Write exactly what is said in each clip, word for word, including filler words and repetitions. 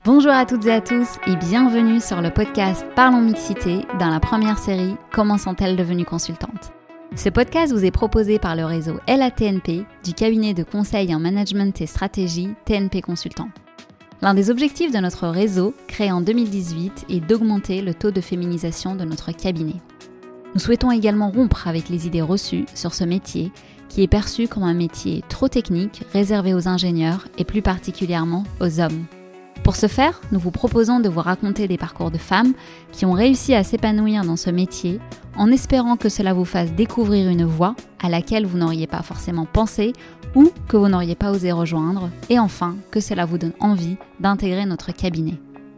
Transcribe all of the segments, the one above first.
Bonjour à toutes et à tous et bienvenue sur le podcast Parlons Mixité dans la première série Comment sont-elles devenues consultantes. Ce podcast vous est proposé par le réseau L A T N P du cabinet de conseil en management et stratégie T N P Consultant. L'un des objectifs de notre réseau, créé en deux mille dix-huit, est d'augmenter le taux de féminisation de notre cabinet. Nous souhaitons également rompre avec les idées reçues sur ce métier qui est perçu comme un métier trop technique, réservé aux ingénieurs et plus particulièrement aux hommes. Pour ce faire, nous vous proposons de vous raconter des parcours de femmes qui ont réussi à s'épanouir dans ce métier en espérant que cela vous fasse découvrir une voie à laquelle vous n'auriez pas forcément pensé ou que vous n'auriez pas osé rejoindre et enfin que cela vous donne envie d'intégrer notre cabinet.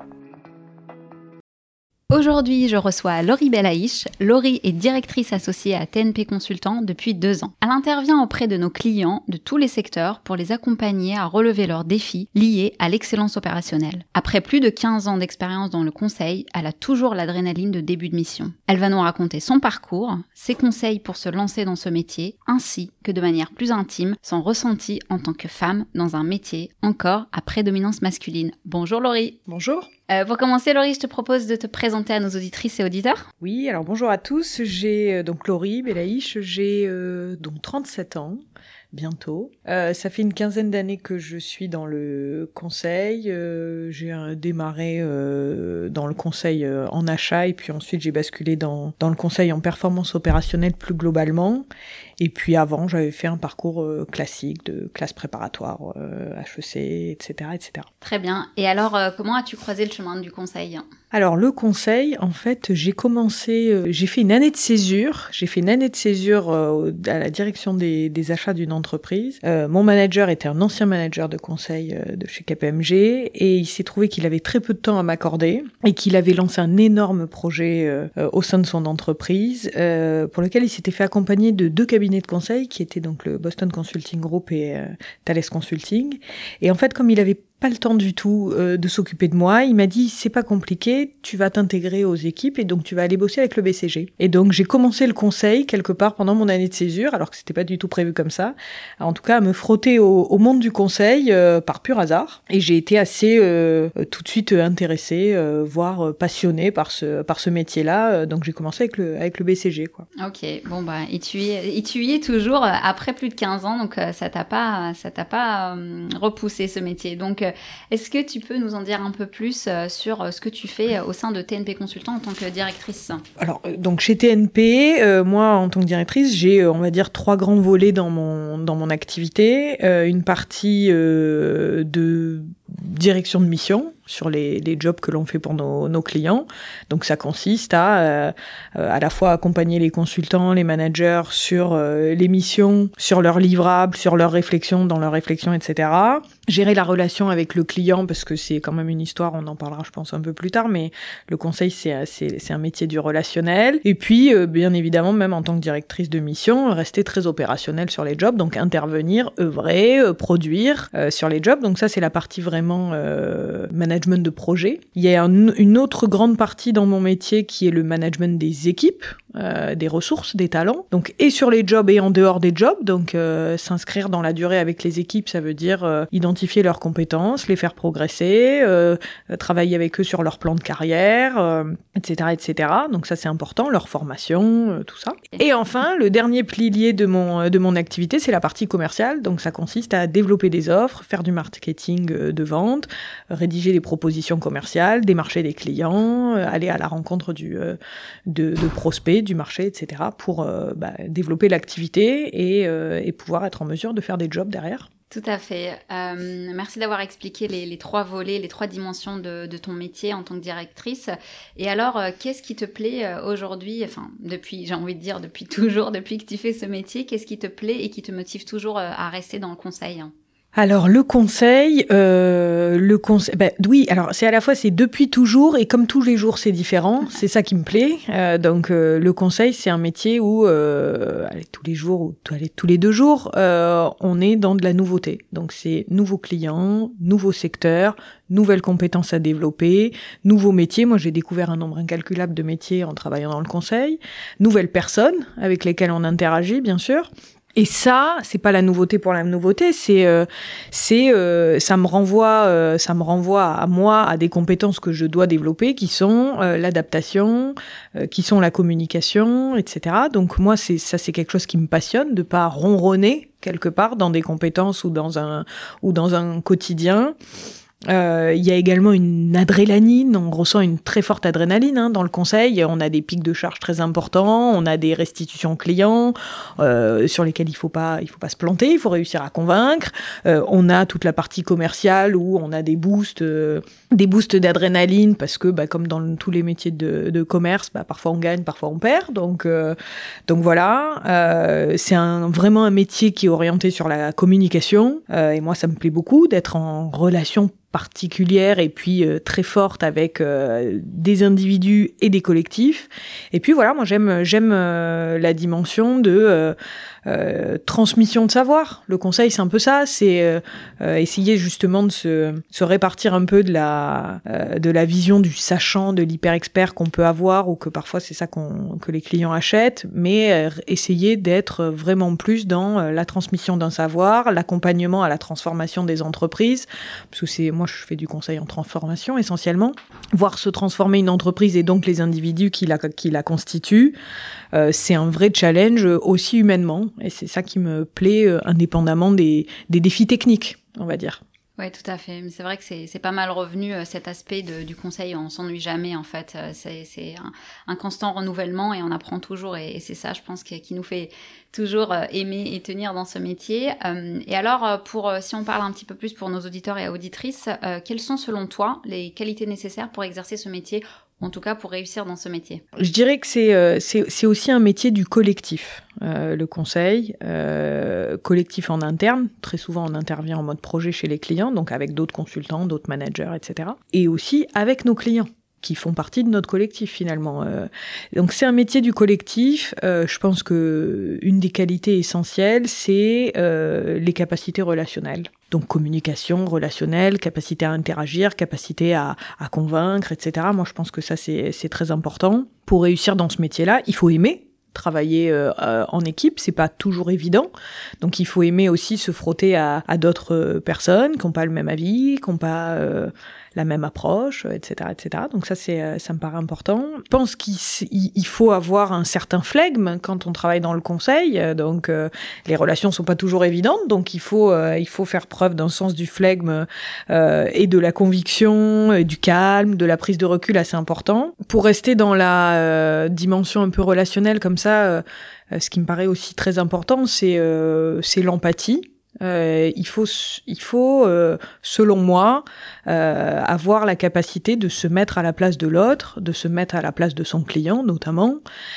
Aujourd'hui, je reçois Laurie Belaïch. Laurie est directrice associée à T N P Consultant depuis deux ans. Elle intervient auprès de nos clients de tous les secteurs pour les accompagner à relever leurs défis liés à l'excellence opérationnelle. Après plus de quinze ans d'expérience dans le conseil, elle a toujours l'adrénaline de début de mission. Elle va nous raconter son parcours, ses conseils pour se lancer dans ce métier, ainsi que de manière plus intime, son ressenti en tant que femme dans un métier encore à prédominance masculine. Bonjour Laurie. Bonjour. Euh, pour commencer, Laurie, je te propose de te présenter à nos auditrices et auditeurs. Oui, alors bonjour à tous. J'ai euh, donc Laurie Belaïch, j'ai euh, donc trente-sept ans. Bientôt. Euh, ça fait une quinzaine d'années que je suis dans le conseil. Euh, j'ai euh, démarré euh, dans le conseil euh, en achat et puis ensuite j'ai basculé dans, dans le conseil en performance opérationnelle plus globalement. Et puis avant, j'avais fait un parcours euh, classique de classe préparatoire, euh, H E C, et cetera, et cetera. Très bien. Et alors, euh, comment as-tu croisé le chemin du conseil ? Alors le conseil, en fait, j'ai commencé, euh, j'ai fait une année de césure. J'ai fait une année de césure euh, à la direction des, des achats d'une entreprise. Euh, mon manager était un ancien manager de conseil euh, de chez K P M G et il s'est trouvé qu'il avait très peu de temps à m'accorder et qu'il avait lancé un énorme projet euh, euh, au sein de son entreprise euh, pour lequel il s'était fait accompagner de deux cabinets de conseil qui étaient donc le Boston Consulting Group et euh, Thales Consulting. Et en fait, comme il avait pas le temps du tout euh, de s'occuper de moi, il m'a dit c'est pas compliqué, tu vas t'intégrer aux équipes et donc tu vas aller bosser avec le B C G. Et donc j'ai commencé le conseil quelque part pendant mon année de césure, alors que c'était pas du tout prévu comme ça. En tout cas, à me frotter au, au monde du conseil euh, par pur hasard. Et j'ai été assez euh, tout de suite intéressée, euh, voire euh, passionnée par ce par ce métier-là. Donc j'ai commencé avec le avec le B C G, quoi. Ok, bon bah et tu y es, et tu y es toujours après plus de quinze ans, donc ça t'a pas ça t'a pas euh, repoussé ce métier. Donc euh, est-ce que tu peux nous en dire un peu plus euh, sur euh, ce que tu fais euh, au sein de T N P Consultant en tant que directrice ? Alors, euh, donc chez T N P, euh, moi, en tant que directrice, j'ai, euh, on va dire, trois grands volets dans mon, dans mon activité. Euh, une partie euh, de direction de mission sur les, les jobs que l'on fait pour nos, nos clients. Donc ça consiste à euh, à la fois accompagner les consultants, les managers sur euh, les missions, sur leurs livrables, sur leurs réflexions, dans leurs réflexions, et cetera. Gérer la relation avec le client parce que c'est quand même une histoire, on en parlera je pense un peu plus tard, mais le conseil c'est c'est, c'est un métier du relationnel. Et puis euh, bien évidemment même en tant que directrice de mission, rester très opérationnelle sur les jobs, donc intervenir, œuvrer, euh, produire euh, sur les jobs. Donc ça c'est la partie vraiment euh, management de projet. Il y a un, une autre grande partie dans mon métier qui est le management des équipes, euh, des ressources, des talents. Donc et sur les jobs et en dehors des jobs. Donc euh, s'inscrire dans la durée avec les équipes, ça veut dire euh, identifier leurs compétences, les faire progresser, euh, travailler avec eux sur leur plan de carrière, euh, et cetera, et cetera. Donc ça c'est important, leur formation, euh, tout ça. Et enfin, le dernier pilier de mon de mon activité, c'est la partie commerciale. Donc ça consiste à développer des offres, faire du marketing de vente, rédiger des propositions commerciales, démarcher des clients, euh, aller à la rencontre du euh, de, de prospects, du marché, et cetera pour euh, bah, développer l'activité et, euh, et pouvoir être en mesure de faire des jobs derrière. Tout à fait. Euh, merci d'avoir expliqué les, les trois volets, les trois dimensions de, de ton métier en tant que directrice. Et alors, euh, qu'est-ce qui te plaît euh, aujourd'hui, enfin, depuis, j'ai envie de dire depuis toujours, depuis que tu fais ce métier, qu'est-ce qui te plaît et qui te motive toujours euh, à rester dans le conseil ? Alors le conseil, euh, le conseil, ben oui. Alors c'est à la fois c'est depuis toujours et comme tous les jours c'est différent. C'est ça qui me plaît. Euh, donc euh, le conseil c'est un métier où euh, allez, tous les jours ou allez, tous les deux jours euh, on est dans de la nouveauté. Donc c'est nouveaux clients, nouveaux secteurs, nouvelles compétences à développer, nouveaux métiers. Moi j'ai découvert un nombre incalculable de métiers en travaillant dans le conseil, nouvelles personnes avec lesquelles on interagit bien sûr. Et ça, c'est pas la nouveauté pour la nouveauté, c'est, euh, c'est, euh, ça me renvoie, euh, ça me renvoie à moi, à des compétences que je dois développer, qui sont euh, l'adaptation, euh, qui sont la communication, et cetera. Donc moi, c'est ça, c'est quelque chose qui me passionne, de pas ronronner quelque part dans des compétences ou dans un ou dans un quotidien. Euh, il y a également une adrénaline, on ressent une très forte adrénaline hein, dans le conseil, on a des pics de charge très importants, on a des restitutions clients euh, sur lesquelles il faut pas, il faut pas se planter, il faut réussir à convaincre, euh, on a toute la partie commerciale où on a des boosts, euh, des boosts d'adrénaline parce que bah, comme dans tous les métiers de, de commerce, bah, parfois on gagne, parfois on perd, donc, euh, donc voilà, euh, c'est un, vraiment un métier qui est orienté sur la communication euh, et moi ça me plaît beaucoup d'être en relation particulière et puis euh, très forte avec euh, des individus et des collectifs. Et puis voilà, moi j'aime j'aime euh, la dimension de euh, euh, transmission de savoir. Le conseil, c'est un peu ça, c'est euh, euh, essayer justement de se, se répartir un peu de la euh, de la vision du sachant, de l'hyper-expert qu'on peut avoir ou que parfois c'est ça qu'on que les clients achètent, mais euh, essayer d'être vraiment plus dans euh, la transmission d'un savoir, l'accompagnement à la transformation des entreprises, parce que c'est moi je fais du conseil en transformation essentiellement, voir se transformer une entreprise et donc les individus qui la qui la constituent, euh, c'est un vrai challenge aussi humainement. Et c'est ça qui me plaît, euh, indépendamment des, des défis techniques, on va dire. Oui, tout à fait. Mais c'est vrai que c'est, c'est pas mal revenu, euh, cet aspect de, du conseil. On s'ennuie jamais, en fait. Euh, c'est c'est un, un constant renouvellement et on apprend toujours. Et, et c'est ça, je pense, qui, qui nous fait toujours euh, aimer et tenir dans ce métier. Euh, et alors, euh, pour euh, si on parle un petit peu plus pour nos auditeurs et auditrices, euh, quelles sont, selon toi, les qualités nécessaires pour exercer ce métier, ou en tout cas pour réussir dans ce métier? Je dirais que c'est, euh, c'est, c'est aussi un métier du collectif, euh, le conseil, euh, collectif en interne. Très souvent, on intervient en mode projet chez les clients, donc avec d'autres consultants, d'autres managers, et cetera. Et aussi avec nos clients, qui font partie de notre collectif finalement. Euh, donc c'est un métier du collectif. Euh, je pense que une des qualités essentielles, c'est euh, les capacités relationnelles. Donc communication relationnelle, capacité à interagir, capacité à, à convaincre, et cetera. Moi, je pense que ça, c'est, c'est très important. Pour réussir dans ce métier-là, il faut aimer travailler euh, en équipe, c'est pas toujours évident. Donc il faut aimer aussi se frotter à, à d'autres personnes qui n'ont pas le même avis, qui n'ont pas euh, la même approche, et cetera, et cetera. Donc ça, c'est, ça me paraît important. Je pense qu'il il faut avoir un certain flegme quand on travaille dans le conseil. Donc euh, les relations sont pas toujours évidentes. Donc il faut, euh, il faut faire preuve d'un sens du flegme euh, et de la conviction, et du calme, de la prise de recul assez important. Pour rester dans la euh, dimension un peu relationnelle comme ça, euh, ce qui me paraît aussi très important, c'est, euh, c'est l'empathie. Euh, il faut, il faut, euh, selon moi, euh, avoir la capacité de se mettre à la place de l'autre, de se mettre à la place de son client, notamment.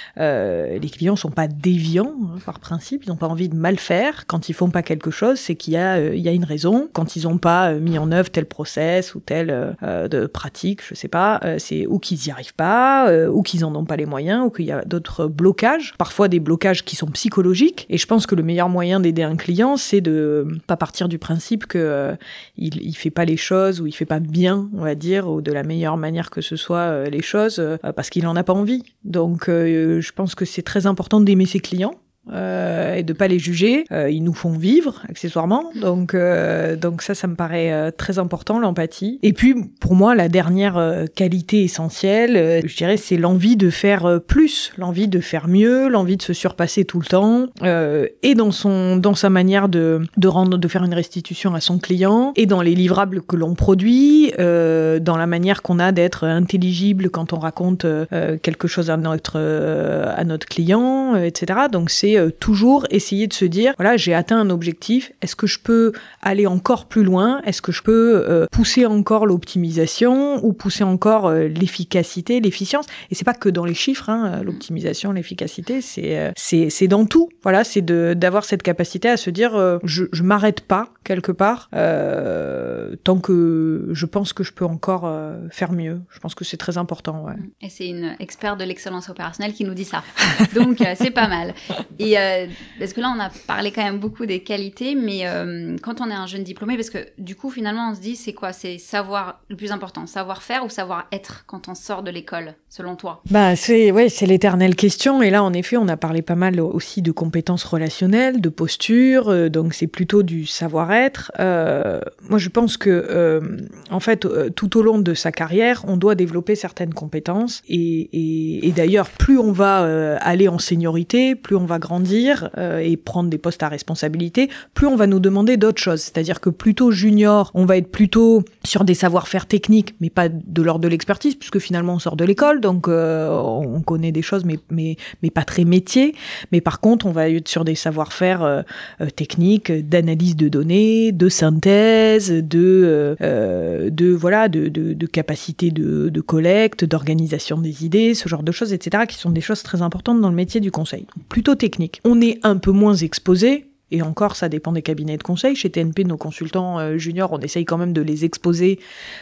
Euh, les clients sont pas déviants hein, par principe, ils n'ont pas envie de mal faire. Quand ils font pas quelque chose, c'est qu'il y a, euh, il y a une raison. Quand ils ont pas euh, mis en œuvre tel process ou telle euh, de pratique, je sais pas, euh, c'est ou qu'ils y arrivent pas, euh, ou qu'ils en ont pas les moyens, ou qu'il y a d'autres blocages. Parfois des blocages qui sont psychologiques. Et je pense que le meilleur moyen d'aider un client, c'est de pas partir du principe que euh, il, il fait pas les choses ou il fait pas bien, on va dire, ou de la meilleure manière que ce soit euh, les choses, euh, parce qu'il en a pas envie. Donc, euh, je pense que c'est très important d'aimer ses clients. Euh, et de pas les juger, euh, ils nous font vivre accessoirement, donc euh, donc ça ça me paraît euh, très important, l'empathie. Et puis pour moi la dernière euh, qualité essentielle, euh, je dirais, c'est l'envie de faire euh, plus, l'envie de faire mieux, l'envie de se surpasser tout le temps, euh, et dans son dans sa manière de de rendre de faire une restitution à son client, et dans les livrables que l'on produit, euh, dans la manière qu'on a d'être intelligible quand on raconte euh, quelque chose à notre euh, à notre client, euh, et cetera. Donc c'est toujours essayer de se dire, voilà, j'ai atteint un objectif, est-ce que je peux aller encore plus loin, est-ce que je peux euh, pousser encore l'optimisation ou pousser encore euh, l'efficacité, l'efficience. Et c'est pas que dans les chiffres, hein, l'optimisation, l'efficacité, c'est euh, c'est c'est dans tout. Voilà, c'est de d'avoir cette capacité à se dire, euh, je je m'arrête pas quelque part euh, tant que je pense que je peux encore euh, faire mieux. Je pense que c'est très important. Ouais. Et c'est une experte de l'excellence opérationnelle qui nous dit ça. Donc euh, c'est pas mal. Et Et euh, parce que là, on a parlé quand même beaucoup des qualités, mais euh, quand on est un jeune diplômé, parce que du coup, finalement, on se dit, c'est quoi ? C'est savoir, le plus important, savoir-faire ou savoir-être quand on sort de l'école, selon toi ? Bah, c'est, ouais, c'est l'éternelle question. Et là, en effet, on a parlé pas mal aussi de compétences relationnelles, de posture. Euh, donc, c'est plutôt du savoir-être. Euh, moi, je pense que, euh, en fait, euh, tout au long de sa carrière, on doit développer certaines compétences. Et, et, et d'ailleurs, plus on va euh, aller en seniorité, plus on va grandir euh, et prendre des postes à responsabilité, plus on va nous demander d'autres choses. C'est-à-dire que plutôt junior, on va être plutôt sur des savoir-faire techniques, mais pas de l'ordre de l'expertise, puisque finalement on sort de l'école, donc euh, on connaît des choses, mais, mais, mais pas très métier. Mais par contre, on va être sur des savoir-faire euh, euh, techniques, d'analyse de données, de synthèse, de, euh, de voilà, de, de, de capacité de, de collecte, d'organisation des idées, ce genre de choses, et cetera, qui sont des choses très importantes dans le métier du conseil. Donc, plutôt technique. On est un peu moins exposé. Et encore, ça dépend des cabinets de conseil. Chez T N P, nos consultants euh, juniors, on essaye quand même de les exposer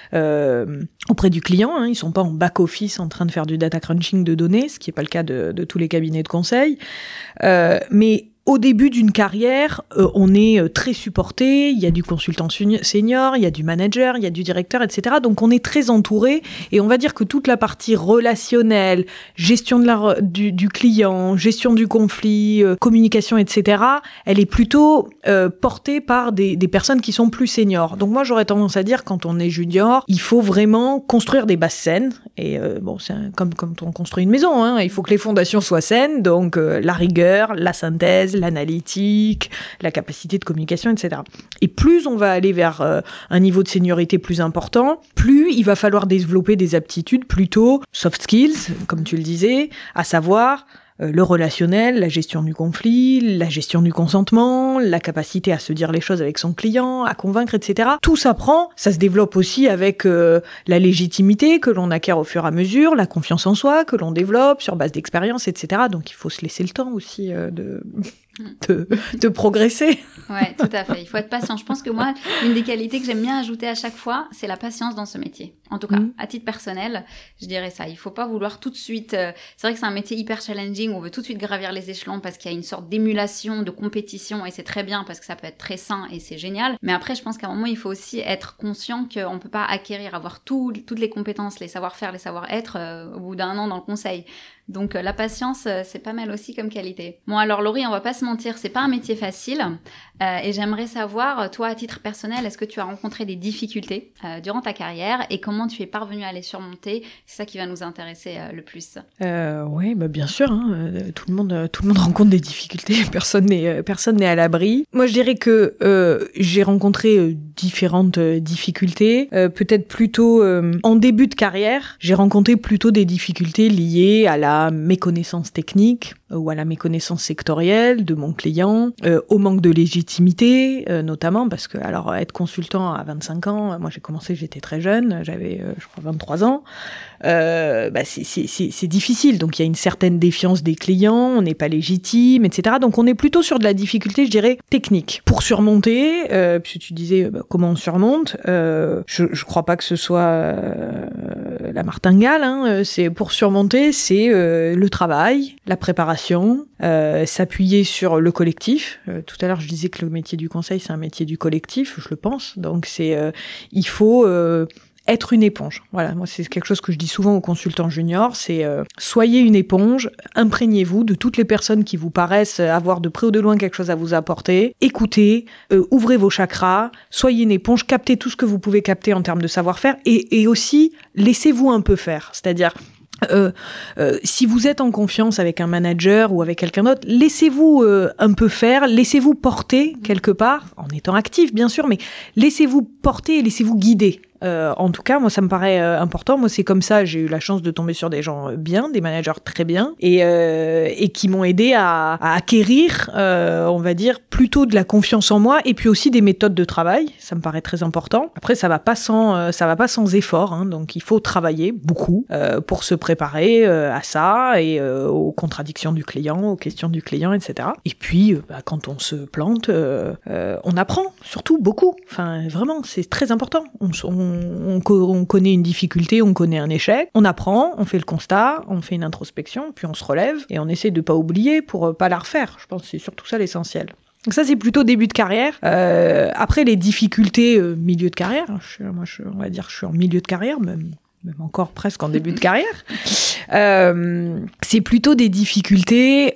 euh, auprès du client. Hein. Ils sont pas en back-office en train de faire du data crunching de données, ce qui n'est pas le cas de, de tous les cabinets de conseil. Euh, mais au début d'une carrière, euh, on est euh, très supporté, il y a du consultant senior, il y a du manager, il y a du directeur, et cetera. Donc on est très entouré et on va dire que toute la partie relationnelle, gestion de la, du, du client, gestion du conflit, euh, communication, et cetera, elle est plutôt euh, portée par des, des personnes qui sont plus seniors. Donc moi j'aurais tendance à dire quand on est junior, il faut vraiment construire des bases saines. Et euh, bon, c'est un, comme, comme on construit une maison, hein, il faut que les fondations soient saines, donc euh, la rigueur, la synthèse, l'analytique, la capacité de communication, et cetera. Et plus on va aller vers euh, un niveau de seniorité plus important, plus il va falloir développer des aptitudes plutôt soft skills, comme tu le disais, à savoir euh, le relationnel, la gestion du conflit, la gestion du consentement, la capacité à se dire les choses avec son client, à convaincre, et cetera. Tout s'apprend, ça se développe aussi avec euh, la légitimité que l'on acquiert au fur et à mesure, la confiance en soi que l'on développe sur base d'expérience, et cetera. Donc il faut se laisser le temps aussi euh, de... De, de progresser. Ouais, tout à fait. Il faut être patient. Je pense que moi, une des qualités que j'aime bien ajouter à chaque fois, c'est la patience dans ce métier. En tout cas, mmh. à titre personnel, je dirais ça. Il faut pas vouloir tout de suite... Euh, c'est vrai que c'est un métier hyper challenging où on veut tout de suite gravir les échelons parce qu'il y a une sorte d'émulation, de compétition et c'est très bien parce que ça peut être très sain et c'est génial. Mais après, je pense qu'à un moment, il faut aussi être conscient qu'on peut pas acquérir, avoir tout, toutes les compétences, les savoir-faire, les savoir-être euh, au bout d'un an dans le conseil. Donc euh, la patience, euh, c'est pas mal aussi comme qualité. Bon alors Laurie, on va pas se mentir, c'est pas un métier facile euh, et j'aimerais savoir, toi à titre personnel, est-ce que tu as rencontré des difficultés euh, durant ta carrière et comment tu es parvenue à les surmonter ? C'est ça qui va nous intéresser euh, le plus. Euh, oui, bah bien sûr, hein, euh, tout le monde, euh, tout le monde rencontre des difficultés, personne n'est, euh, personne n'est à l'abri. Moi je dirais que euh, j'ai rencontré euh, différentes euh, difficultés, euh, peut-être plutôt euh, en début de carrière, j'ai rencontré plutôt des difficultés liées à la méconnaissance technique euh, ou à la méconnaissance sectorielle de mon client, euh, au manque de légitimité euh, notamment parce que alors être consultant à vingt-cinq ans, moi j'ai commencé, j'étais très jeune, j'avais euh, je crois vingt-trois ans, euh, bah c'est, c'est, c'est, c'est difficile, donc il y a une certaine défiance des clients, on n'est pas légitime, et cetera. Donc on est plutôt sur de la difficulté, je dirais, technique. Pour surmonter, euh, puisque tu disais bah, comment on surmonte, euh, je, je crois pas que ce soit euh, la martingale, hein, c'est pour surmonter, c'est euh, le travail, la préparation, euh, s'appuyer sur le collectif. Euh, tout à l'heure, je disais que le métier du conseil, c'est un métier du collectif, je le pense. Donc, c'est, euh, il faut euh, être une éponge. Voilà, moi, c'est quelque chose que je dis souvent aux consultants juniors, c'est euh, soyez une éponge, imprégnez-vous de toutes les personnes qui vous paraissent avoir de près ou de loin quelque chose à vous apporter. Écoutez, euh, ouvrez vos chakras, soyez une éponge, captez tout ce que vous pouvez capter en termes de savoir-faire et, et aussi, laissez-vous un peu faire. C'est-à-dire, Euh, euh, si vous êtes en confiance avec un manager ou avec quelqu'un d'autre, laissez-vous euh, un peu faire, laissez-vous porter quelque part, en étant actif bien sûr, mais laissez-vous porter et laissez-vous guider. Euh, en tout cas, moi, ça me paraît euh, important. Moi, c'est comme ça, j'ai eu la chance de tomber sur des gens euh, bien, des managers très bien, et, euh, et qui m'ont aidé à, à acquérir, euh, on va dire, plutôt de la confiance en moi, et puis aussi des méthodes de travail. Ça me paraît très important. Après, ça va pas sans, euh, ça va pas sans effort, hein, donc il faut travailler beaucoup euh, pour se préparer euh, à ça et euh, aux contradictions du client, aux questions du client, et cetera. Et puis, euh, bah, quand on se plante, euh, euh, on apprend surtout beaucoup. Enfin, vraiment, c'est très important. On, on on, on connaît une difficulté, on connaît un échec, on apprend, on fait le constat, on fait une introspection, puis on se relève et on essaie de pas oublier pour pas la refaire. Je pense que c'est surtout ça l'essentiel. Donc ça, c'est plutôt début de carrière. Euh, après, les difficultés euh, milieu de carrière, je, moi, je, on va dire, je suis en milieu de carrière, même, même encore presque en début de carrière. Euh, c'est plutôt des difficultés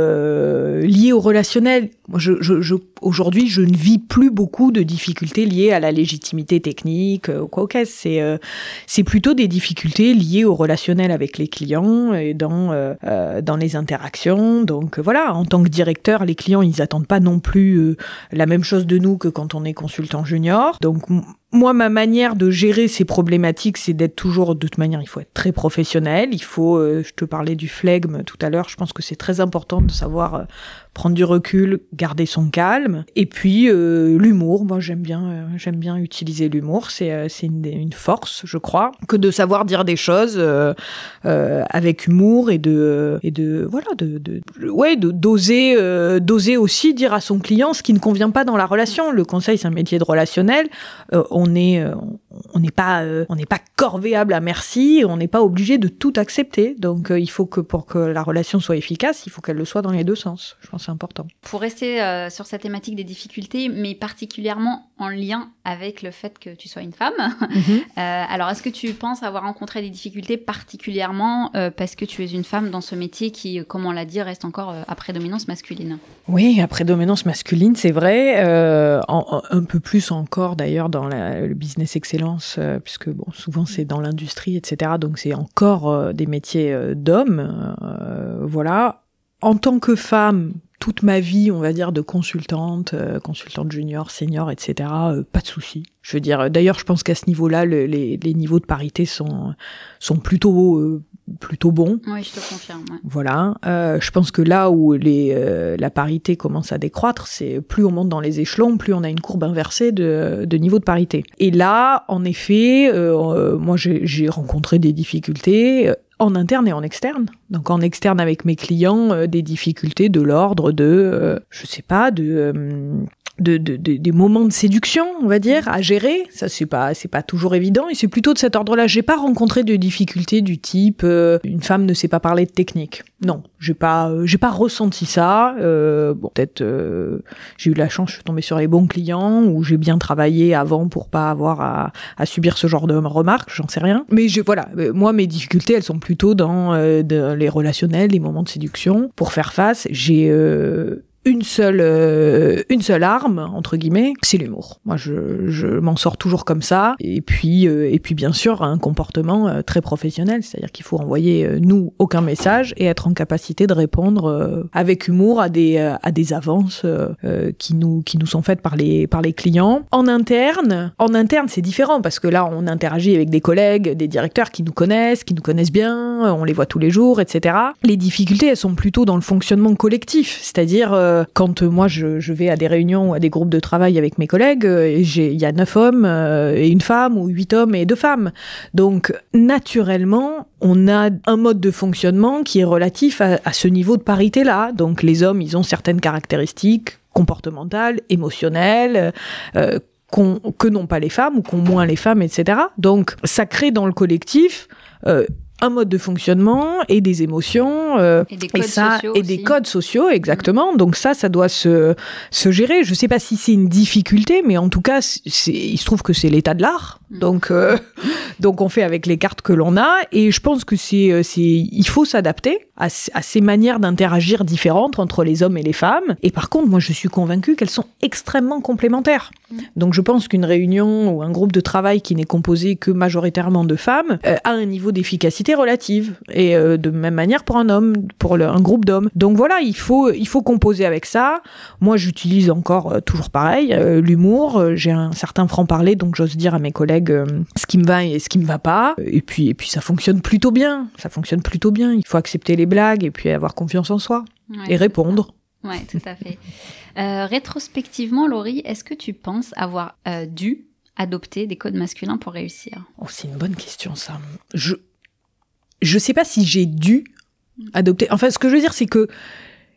euh, liées au relationnel. Moi, je, je, je, aujourd'hui, je ne vis plus beaucoup de difficultés liées à la légitimité technique ou quoi que c'est. Euh, c'est plutôt des difficultés liées au relationnel avec les clients et dans euh, dans les interactions. Donc voilà, en tant que directeur, les clients, ils attendent pas non plus euh, la même chose de nous que quand on est consultant junior. Donc m- moi, ma manière de gérer ces problématiques, c'est d'être toujours, de toute manière, il faut être très professionnel. Il faut, euh, je te parlais du flegme tout à l'heure, je pense que c'est très important de savoir euh, prendre du recul, garder son calme. Et puis, euh, l'humour, moi, j'aime bien, euh, j'aime bien utiliser l'humour. C'est, euh, c'est une, une force, je crois, que de savoir dire des choses euh, euh, avec humour et de, et de, voilà, de, de, de ouais, de, d'oser, euh, d'oser aussi dire à son client ce qui ne convient pas dans la relation. Le conseil, c'est un métier de relationnel. Euh, on est, euh, on n'est pas, euh, on n'est pas corvéable à merci. On n'est pas obligé de tout accepter. Donc, euh, il faut que pour que la relation soit efficace, il faut qu'elle le soit dans les deux sens. Je pense que c'est important. Pour rester euh, sur cette thématique des difficultés, mais particulièrement en lien avec le fait que tu sois une femme, mm-hmm. euh, alors est-ce que tu penses avoir rencontré des difficultés particulièrement euh, parce que tu es une femme dans ce métier qui, comme on l'a dit, reste encore euh, à prédominance masculine? Oui, à prédominance masculine, c'est vrai. Euh, en, en, un peu plus encore d'ailleurs dans la, le business excellence, euh, puisque bon, souvent c'est dans l'industrie, et cetera. Donc c'est encore euh, des métiers euh, d'hommes. Euh, voilà. En tant que femme, toute ma vie, on va dire, de consultante, euh, consultante junior, senior, et cetera, euh, pas de souci. Je veux dire, d'ailleurs, je pense qu'à ce niveau-là, le, les, les niveaux de parité sont sont plutôt euh, plutôt bons. Oui, je te confirme. Ouais. Voilà. Euh, je pense que là où les euh, la parité commence à décroître, c'est plus on monte dans les échelons, plus on a une courbe inversée de de niveau de parité. Et là, en effet, euh, moi, j'ai, j'ai rencontré des difficultés. Euh, en interne et en externe. Donc en externe avec mes clients, euh, des difficultés de l'ordre de, euh, je sais pas, de, euh, de, de, de des moments de séduction, on va dire, à gérer. Ça c'est pas c'est pas toujours évident et c'est plutôt de cet ordre-là. J'ai pas rencontré de difficultés du type euh, une femme ne sait pas parler de technique. Non, j'ai pas euh, j'ai pas ressenti ça. Euh, bon peut-être euh, j'ai eu la chance, je suis tombée sur les bons clients ou j'ai bien travaillé avant pour pas avoir à, à subir ce genre de remarques. J'en sais rien. Mais j'ai voilà, moi mes difficultés elles sont plutôt dans euh, de, les relationnels, les moments de séduction. Pour faire face, j'ai euh, une seule euh, une seule arme entre guillemets, c'est l'humour. Moi je je m'en sors toujours comme ça et puis euh, et puis bien sûr un comportement euh, très professionnel, c'est-à-dire qu'il faut envoyer euh, nous aucun message et être en capacité de répondre euh, avec humour à des euh, à des avances euh, euh, qui nous qui nous sont faites par les par les clients. En interne, en interne c'est différent parce que là on interagit avec des collègues, des directeurs qui nous connaissent, qui nous connaissent bien, on les voit tous les jours, et cetera. Les difficultés elles sont plutôt dans le fonctionnement collectif, c'est-à-dire euh, quand euh, moi je, je vais à des réunions ou à des groupes de travail avec mes collègues, euh, j'ai il y a neuf hommes euh, et une femme ou huit hommes et deux femmes. Donc naturellement, on a un mode de fonctionnement qui est relatif à, à ce niveau de parité-là. Donc les hommes, ils ont certaines caractéristiques comportementales, émotionnelles, euh, qu'on, que n'ont pas les femmes ou qu'ont moins les femmes, et cetera. Donc ça crée dans le collectif euh, un mode de fonctionnement et des émotions euh, et des codes et ça sociaux et aussi. des codes sociaux exactement. Mmh. Donc ça ça doit se se gérer. Je sais pas si c'est une difficulté, mais en tout cas c'est, il se trouve que c'est l'état de l'art. Mmh. Donc euh, donc on fait avec les cartes que l'on a et je pense que c'est c'est il faut s'adapter à, à ces manières d'interagir différentes entre les hommes et les femmes. Et par contre moi je suis convaincue qu'elles sont extrêmement complémentaires. Mmh. Donc je pense qu'une réunion ou un groupe de travail qui n'est composé que majoritairement de femmes euh, a un niveau d'efficacité relative et euh, de même manière pour un homme, pour le, un groupe d'hommes. Donc voilà, il faut il faut composer avec ça. Moi, j'utilise encore euh, toujours pareil euh, l'humour. Euh, j'ai un certain franc-parler, donc j'ose dire à mes collègues euh, ce qui me va et ce qui me va pas. Et puis et puis ça fonctionne plutôt bien. Ça fonctionne plutôt bien. Il faut accepter les blagues et puis avoir confiance en soi ouais, et répondre. Ouais, tout à fait. euh, rétrospectivement, Laurie, est-ce que tu penses avoir euh, dû adopter des codes masculins pour réussir ? Oh, c'est une bonne question ça. Je Je sais pas si j'ai dû adopter. Enfin, ce que je veux dire, c'est que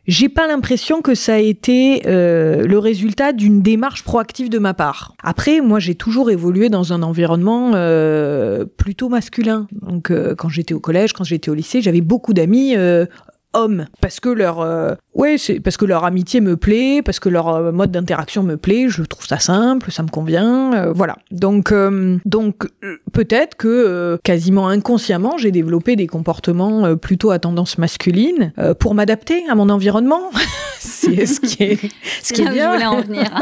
j'ai pas l'impression que ça a été euh, le résultat d'une démarche proactive de ma part. Après, moi, j'ai toujours évolué dans un environnement euh, plutôt masculin. Donc, euh, quand j'étais au collège, quand j'étais au lycée, j'avais beaucoup d'amis euh, hommes, parce que leur euh, ouais c'est parce que leur amitié me plaît, parce que leur euh, mode d'interaction me plaît, je trouve ça simple, ça me convient, euh, voilà. Donc euh, donc euh, peut-être que euh, quasiment inconsciemment, j'ai développé des comportements euh, plutôt à tendance masculine euh, pour m'adapter à mon environnement. C'est ce qui est ce qui est bien. Je voulais en venir.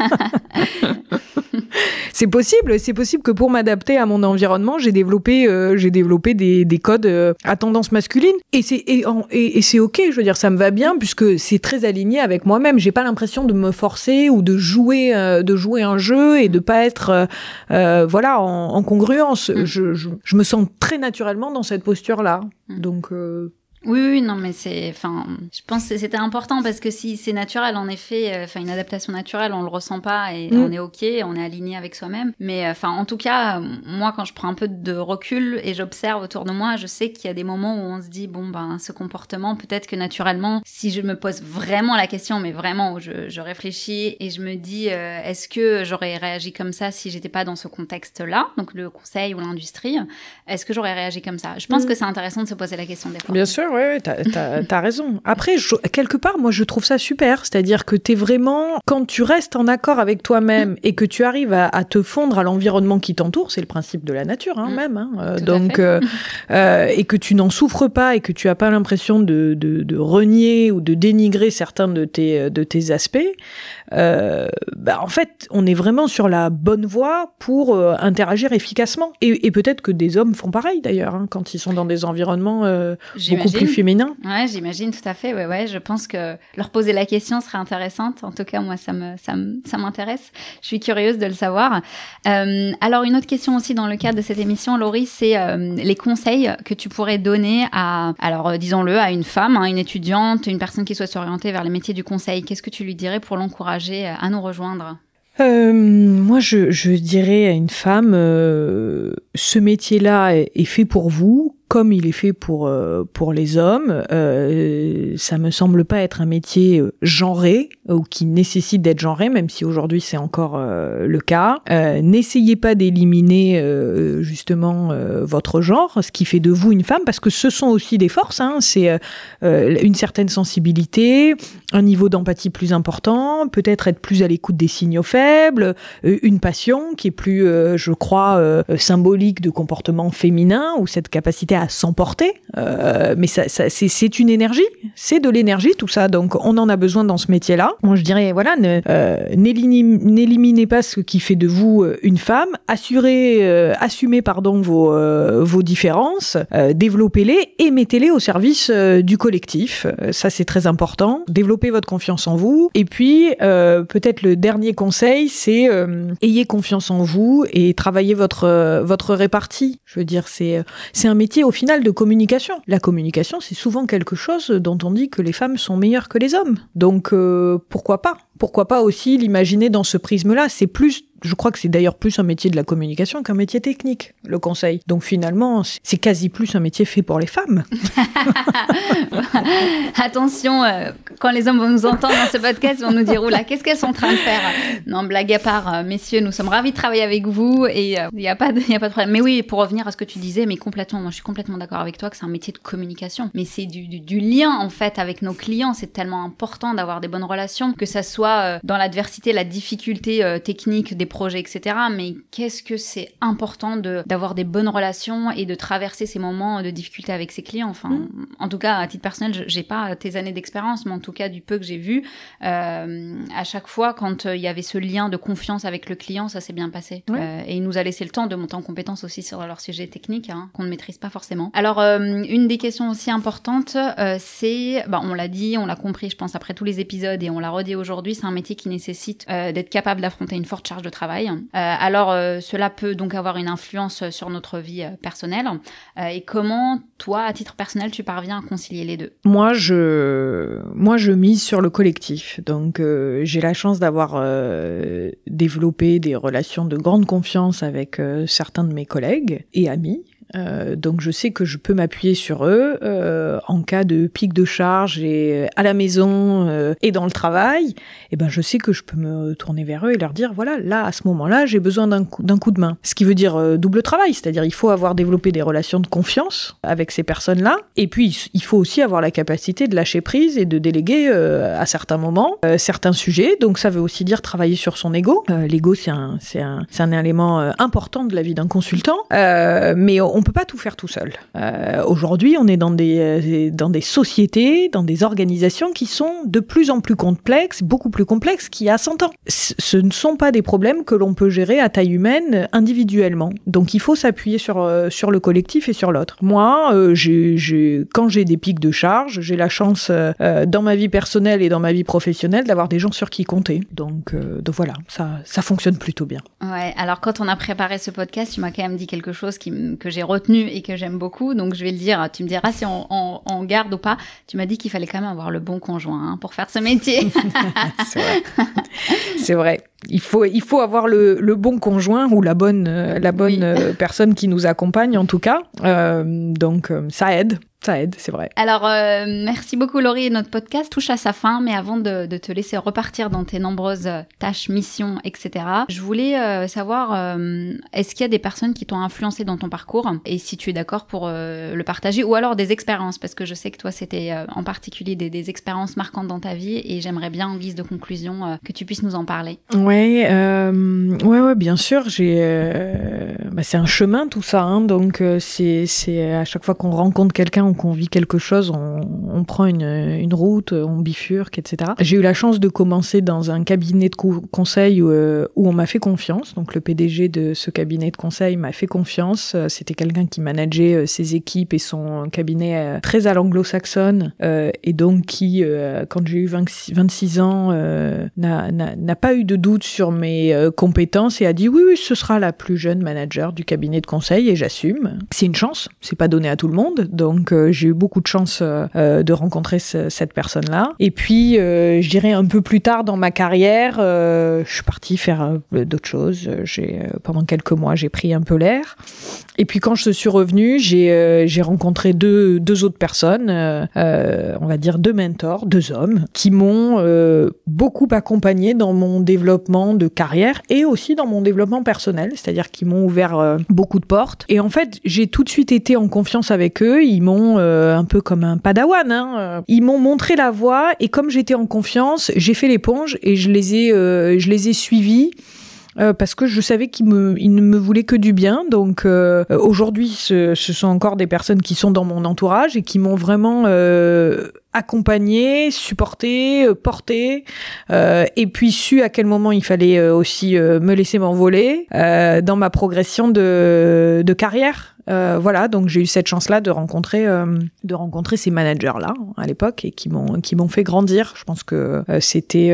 C'est possible, c'est possible que pour m'adapter à mon environnement, j'ai développé, euh, j'ai développé des, des codes euh, à tendance masculine, et c'est et, et, et c'est ok, je veux dire, ça me va bien puisque c'est très aligné avec moi-même. J'ai pas l'impression de me forcer ou de jouer, euh, de jouer un jeu et de pas être, euh, euh, voilà, en, en congruence. Mm. Je, je, je me sens très naturellement dans cette posture-là, mm. donc. Euh, Oui, oui, non, mais c'est, enfin, je pense que c'était important parce que si c'est naturel, en effet, enfin, euh, une adaptation naturelle, on le ressent pas et mmh. on est ok, on est aligné avec soi-même. Mais, enfin, en tout cas, moi, quand je prends un peu de recul et j'observe autour de moi, je sais qu'il y a des moments où on se dit, bon, ben, ce comportement, peut-être que naturellement, si je me pose vraiment la question, mais vraiment, où je, je réfléchis et je me dis, euh, est-ce que j'aurais réagi comme ça si j'étais pas dans ce contexte-là, donc le conseil ou l'industrie, est-ce que j'aurais réagi comme ça? Je pense mmh. que c'est intéressant de se poser la question des fois. Bien sûr. Oui, ouais, t'as, t'as, t'as raison. Après, je, quelque part, moi, je trouve ça super. C'est-à-dire que t'es vraiment, quand tu restes en accord avec toi-même mmh. et que tu arrives à, à te fondre à l'environnement qui t'entoure, c'est le principe de la nature, hein, mmh. même. Hein, euh, donc, euh, euh, et que tu n'en souffres pas et que tu as pas l'impression de, de, de renier ou de dénigrer certains de tes, de tes aspects. Euh, bah, en fait, on est vraiment sur la bonne voie pour euh, interagir efficacement. Et, et peut-être que des hommes font pareil, d'ailleurs, hein, quand ils sont dans des environnements euh, beaucoup plus féminin. Ouais, j'imagine, tout à fait. Ouais, ouais. Je pense que leur poser la question serait intéressante. En tout cas, moi, ça me, ça me, ça m'intéresse. Je suis curieuse de le savoir. Euh, alors, une autre question aussi dans le cadre de cette émission, Laurie, c'est euh, les conseils que tu pourrais donner à, alors, euh, disons-le, à une femme, hein, une étudiante, une personne qui souhaite s'orienter vers les métiers du conseil. Qu'est-ce que tu lui dirais pour l'encourager à nous rejoindre? Euh, moi, je, je dirais à une femme, euh, ce métier-là est, est fait pour vous, comme il est fait pour euh, pour les hommes. Euh, ça me semble pas être un métier genré ou qui nécessite d'être genré, même si aujourd'hui c'est encore euh, le cas. Euh, n'essayez pas d'éliminer euh, justement euh, votre genre, ce qui fait de vous une femme, parce que ce sont aussi des forces. Hein, c'est euh, une certaine sensibilité, un niveau d'empathie plus important, peut-être être plus à l'écoute des signaux faibles, euh, une passion qui est plus, euh, je crois, euh, symbolique de comportement féminin, ou cette capacité à s'emporter, euh, mais ça, ça, c'est, c'est une énergie, c'est de l'énergie tout ça, donc on en a besoin dans ce métier-là. Moi je dirais, voilà, ne, euh, n'éliminez, n'éliminez pas ce qui fait de vous une femme, assurez, euh, assumez pardon vos, euh, vos différences, euh, développez-les et mettez-les au service euh, du collectif, euh, ça c'est très important, développez votre confiance en vous, et puis euh, peut-être le dernier conseil, c'est euh, ayez confiance en vous et travaillez votre, euh, votre répartie, je veux dire, c'est, c'est un métier au final de communication. La communication, c'est souvent quelque chose dont on dit que les femmes sont meilleures que les hommes. Donc, euh, pourquoi pas ? Pourquoi pas aussi l'imaginer dans ce prisme-là ? C'est plus, je crois que c'est d'ailleurs plus un métier de la communication qu'un métier technique, le conseil. Donc finalement, c'est quasi plus un métier fait pour les femmes. Attention, euh, quand les hommes vont nous entendre dans ce podcast, ils vont nous dire « Oula, qu'est-ce qu'elles sont en train de faire ?» Non, blague à part, euh, messieurs, nous sommes ravis de travailler avec vous et il euh, n'y a pas de, y a pas de problème. Mais oui, pour revenir à ce que tu disais, mais complètement, moi je suis complètement d'accord avec toi que c'est un métier de communication. Mais c'est du, du, du lien en fait avec nos clients. C'est tellement important d'avoir des bonnes relations, que ça soit euh, dans l'adversité, la difficulté euh, technique des projets, et cetera. Mais qu'est-ce que c'est important de, d'avoir des bonnes relations et de traverser ces moments de difficulté avec ses clients. Enfin, mmh. En tout cas, à titre personnel, j'ai pas tes années d'expérience, mais en tout cas, du peu que j'ai vu, euh, à chaque fois, quand il euh, y avait ce lien de confiance avec le client, ça s'est bien passé. Ouais. Euh, et il nous a laissé le temps de monter en compétence aussi sur leur sujet technique, hein, qu'on ne maîtrise pas forcément. Alors, euh, une des questions aussi importantes, euh, c'est, bah, on l'a dit, on l'a compris, je pense, après tous les épisodes, et on l'a redit aujourd'hui, c'est un métier qui nécessite euh, d'être capable d'affronter une forte charge de travail. Euh, alors, euh, cela peut donc avoir une influence sur notre vie euh, personnelle. Euh, et comment, toi, à titre personnel, tu parviens à concilier les deux ? Moi, je, moi, je mise sur le collectif. Donc, euh, j'ai la chance d'avoir euh, développé des relations de grande confiance avec euh, certains de mes collègues et amis. Euh, donc je sais que je peux m'appuyer sur eux euh, en cas de pic de charge et à la maison euh, et dans le travail. Et ben je sais que je peux me tourner vers eux et leur dire voilà, là à ce moment-là j'ai besoin d'un coup, d'un coup de main. Ce qui veut dire euh, double travail, c'est-à-dire il faut avoir développé des relations de confiance avec ces personnes-là. Et puis il faut aussi avoir la capacité de lâcher prise et de déléguer euh, à certains moments euh, certains sujets. Donc ça veut aussi dire travailler sur son ego. Euh, l'ego c'est un c'est un c'est un élément euh, important de la vie d'un consultant. Euh, mais on peut pas tout faire tout seul. Euh, aujourd'hui, on est dans des, dans des sociétés, dans des organisations qui sont de plus en plus complexes, beaucoup plus complexes qu'il y a cent ans. C- ce ne sont pas des problèmes que l'on peut gérer à taille humaine individuellement. Donc, il faut s'appuyer sur, euh, sur le collectif et sur l'autre. Moi, euh, j'ai, j'ai, quand j'ai des pics de charge, j'ai la chance, euh, dans ma vie personnelle et dans ma vie professionnelle, d'avoir des gens sur qui compter. Donc, euh, donc voilà, ça, ça fonctionne plutôt bien. Ouais, alors quand on a préparé ce podcast, tu m'as quand même dit quelque chose qui m- que j'ai retenu et que j'aime beaucoup, donc je vais le dire, tu me diras si on, on, on garde ou pas. Tu m'as dit qu'il fallait quand même avoir le bon conjoint hein, pour faire ce métier. C'est vrai. C'est vrai. Il faut, il faut avoir le, le bon conjoint ou la bonne, euh, la bonne oui. euh, personne qui nous accompagne en tout cas. Euh, donc euh, ça aide. Ça aide, c'est vrai. Alors, euh, merci beaucoup Laurie. Notre podcast touche à sa fin, mais avant de, de te laisser repartir dans tes nombreuses tâches, missions, et cetera, je voulais euh, savoir, euh, est-ce qu'il y a des personnes qui t'ont influencé dans ton parcours? Et si tu es d'accord pour euh, le partager, ou alors des expériences, parce que je sais que toi, c'était euh, en particulier des, des expériences marquantes dans ta vie, et j'aimerais bien, en guise de conclusion, euh, que tu puisses nous en parler. Ouais, euh, ouais, ouais, bien sûr. J'ai, euh, bah, c'est un chemin tout ça, hein, donc euh, c'est, c'est à chaque fois qu'on rencontre quelqu'un qu'on vit quelque chose, on, on prend une, une route, on bifurque, et cetera. J'ai eu la chance de commencer dans un cabinet de co- conseil où, euh, où on m'a fait confiance. Donc le P D G de ce cabinet de conseil m'a fait confiance. C'était quelqu'un qui manageait ses équipes et son cabinet euh, très à l'anglo-saxonne euh, et donc qui, euh, quand j'ai eu vingt-six ans, euh, n'a, n'a, n'a pas eu de doute sur mes euh, compétences et a dit oui, oui, ce sera la plus jeune manager du cabinet de conseil et j'assume. C'est une chance, c'est pas donné à tout le monde, donc euh, j'ai eu beaucoup de chance euh, de rencontrer ce, cette personne-là. Et puis, euh, je dirais un peu plus tard dans ma carrière, euh, je suis partie faire euh, d'autres choses. J'ai, euh, pendant quelques mois, j'ai pris un peu l'air. Et puis, quand je suis revenue, j'ai, euh, j'ai rencontré deux, deux autres personnes, euh, euh, on va dire deux mentors, deux hommes, qui m'ont euh, beaucoup accompagnée dans mon développement de carrière et aussi dans mon développement personnel, c'est-à-dire qu'ils m'ont ouvert euh, beaucoup de portes. Et en fait, j'ai tout de suite été en confiance avec eux. Ils m'ont euh, un peu comme un padawan, hein. Ils m'ont montré la voie et comme j'étais en confiance, j'ai fait l'éponge et je les ai, euh, je les ai suivis. Euh, parce que je savais qu'ils me, ils ne me voulaient que du bien. Donc euh, aujourd'hui, ce, ce sont encore des personnes qui sont dans mon entourage et qui m'ont vraiment euh, accompagné, supporté, euh, porté, euh, et puis su à quel moment il fallait euh, aussi euh, me laisser m'envoler euh, dans ma progression de, de carrière. Euh, voilà, donc j'ai eu cette chance-là de rencontrer, euh, de rencontrer ces managers-là à l'époque et qui m'ont, qui m'ont fait grandir. Je pense que euh, c'était,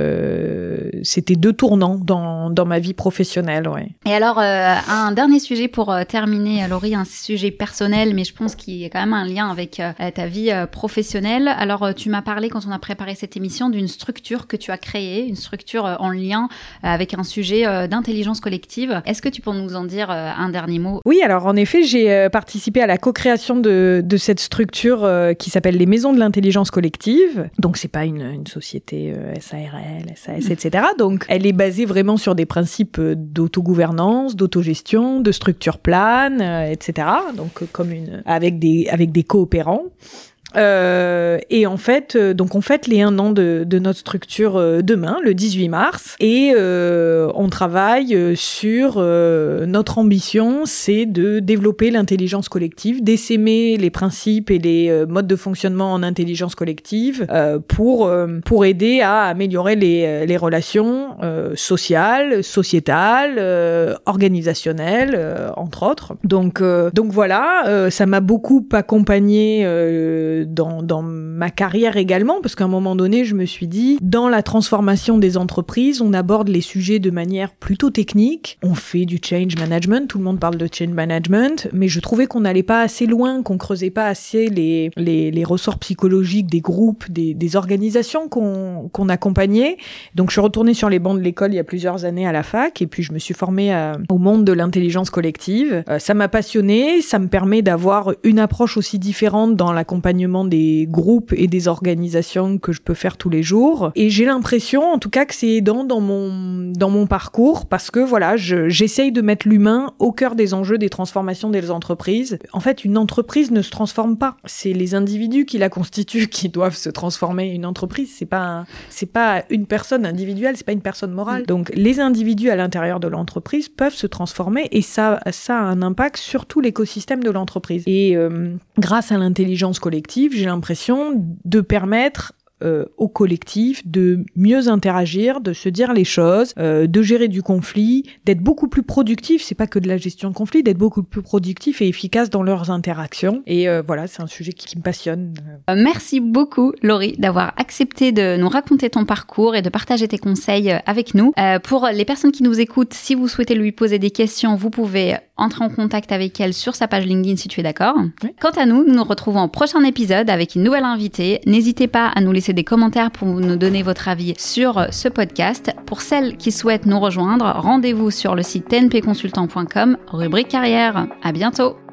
euh, c'était deux tournants dans, dans ma vie professionnelle, ouais. Et alors, euh, un dernier sujet pour euh, terminer, Laurie, un sujet personnel, mais je pense qu'il y a quand même un lien avec euh, ta vie euh, professionnelle. Alors, euh, tu m'as parlé quand on a préparé cette émission d'une structure que tu as créée, une structure euh, en lien euh, avec un sujet euh, d'intelligence collective. Est-ce que tu peux nous en dire euh, un dernier mot? Oui, alors en effet, j'ai participé à la co-création de, de cette structure euh, qui s'appelle les Maisons de l'intelligence collective. Donc, c'est pas une, une société euh, S A R L, S A S, et cetera. Donc, elle est basée vraiment sur des principes d'autogouvernance, d'autogestion, de structure plane, euh, et cetera. Donc, comme une, avec des, avec des coopérants. Euh, et en fait, euh, donc on fête les un an de, de notre structure euh, demain, le dix-huit mars, et euh, on travaille euh, sur euh, notre ambition, c'est de développer l'intelligence collective, d'essaimer les principes et les euh, modes de fonctionnement en intelligence collective euh, pour euh, pour aider à améliorer les les relations euh, sociales, sociétales, euh, organisationnelles, euh, entre autres. Donc euh, donc voilà, euh, ça m'a beaucoup accompagnée. Euh, euh, dans, dans ma carrière également, parce qu'à un moment donné, je me suis dit, dans la transformation des entreprises, on aborde les sujets de manière plutôt technique. On fait du change management, tout le monde parle de change management, mais je trouvais qu'on n'allait pas assez loin, qu'on creusait pas assez les, les, les ressorts psychologiques des groupes, des, des organisations qu'on, qu'on accompagnait. Donc, je suis retournée sur les bancs de l'école il y a plusieurs années à la fac, et puis je me suis formée à, au monde de l'intelligence collective. Euh, ça m'a passionnée, ça me permet d'avoir une approche aussi différente dans l'accompagnement des groupes et des organisations que je peux faire tous les jours. Et j'ai l'impression, en tout cas, que c'est aidant dans mon, dans mon parcours, parce que voilà, je, j'essaye de mettre l'humain au cœur des enjeux des transformations des entreprises. En fait, une entreprise ne se transforme pas. C'est les individus qui la constituent qui doivent se transformer. Une entreprise, c'est pas, un, c'est pas une personne individuelle, c'est pas une personne morale. Donc, les individus à l'intérieur de l'entreprise peuvent se transformer, et ça, ça a un impact sur tout l'écosystème de l'entreprise. Et euh, grâce à l'intelligence collective, j'ai l'impression de permettre Euh, au collectif, de mieux interagir, de se dire les choses, euh, de gérer du conflit, d'être beaucoup plus productif, c'est pas que de la gestion de conflit, d'être beaucoup plus productif et efficace dans leurs interactions. Et euh, voilà, c'est un sujet qui, qui me passionne. Euh, merci beaucoup, Laurie, d'avoir accepté de nous raconter ton parcours et de partager tes conseils avec nous. Euh, pour les personnes qui nous écoutent, si vous souhaitez lui poser des questions, vous pouvez entrer en contact avec elle sur sa page LinkedIn si tu es d'accord. Oui. Quant à nous, nous nous retrouvons au prochain épisode avec une nouvelle invitée. N'hésitez pas à nous laisser des commentaires pour nous donner votre avis sur ce podcast. Pour celles qui souhaitent nous rejoindre, rendez-vous sur le site t n p consultant point com, rubrique carrière. À bientôt.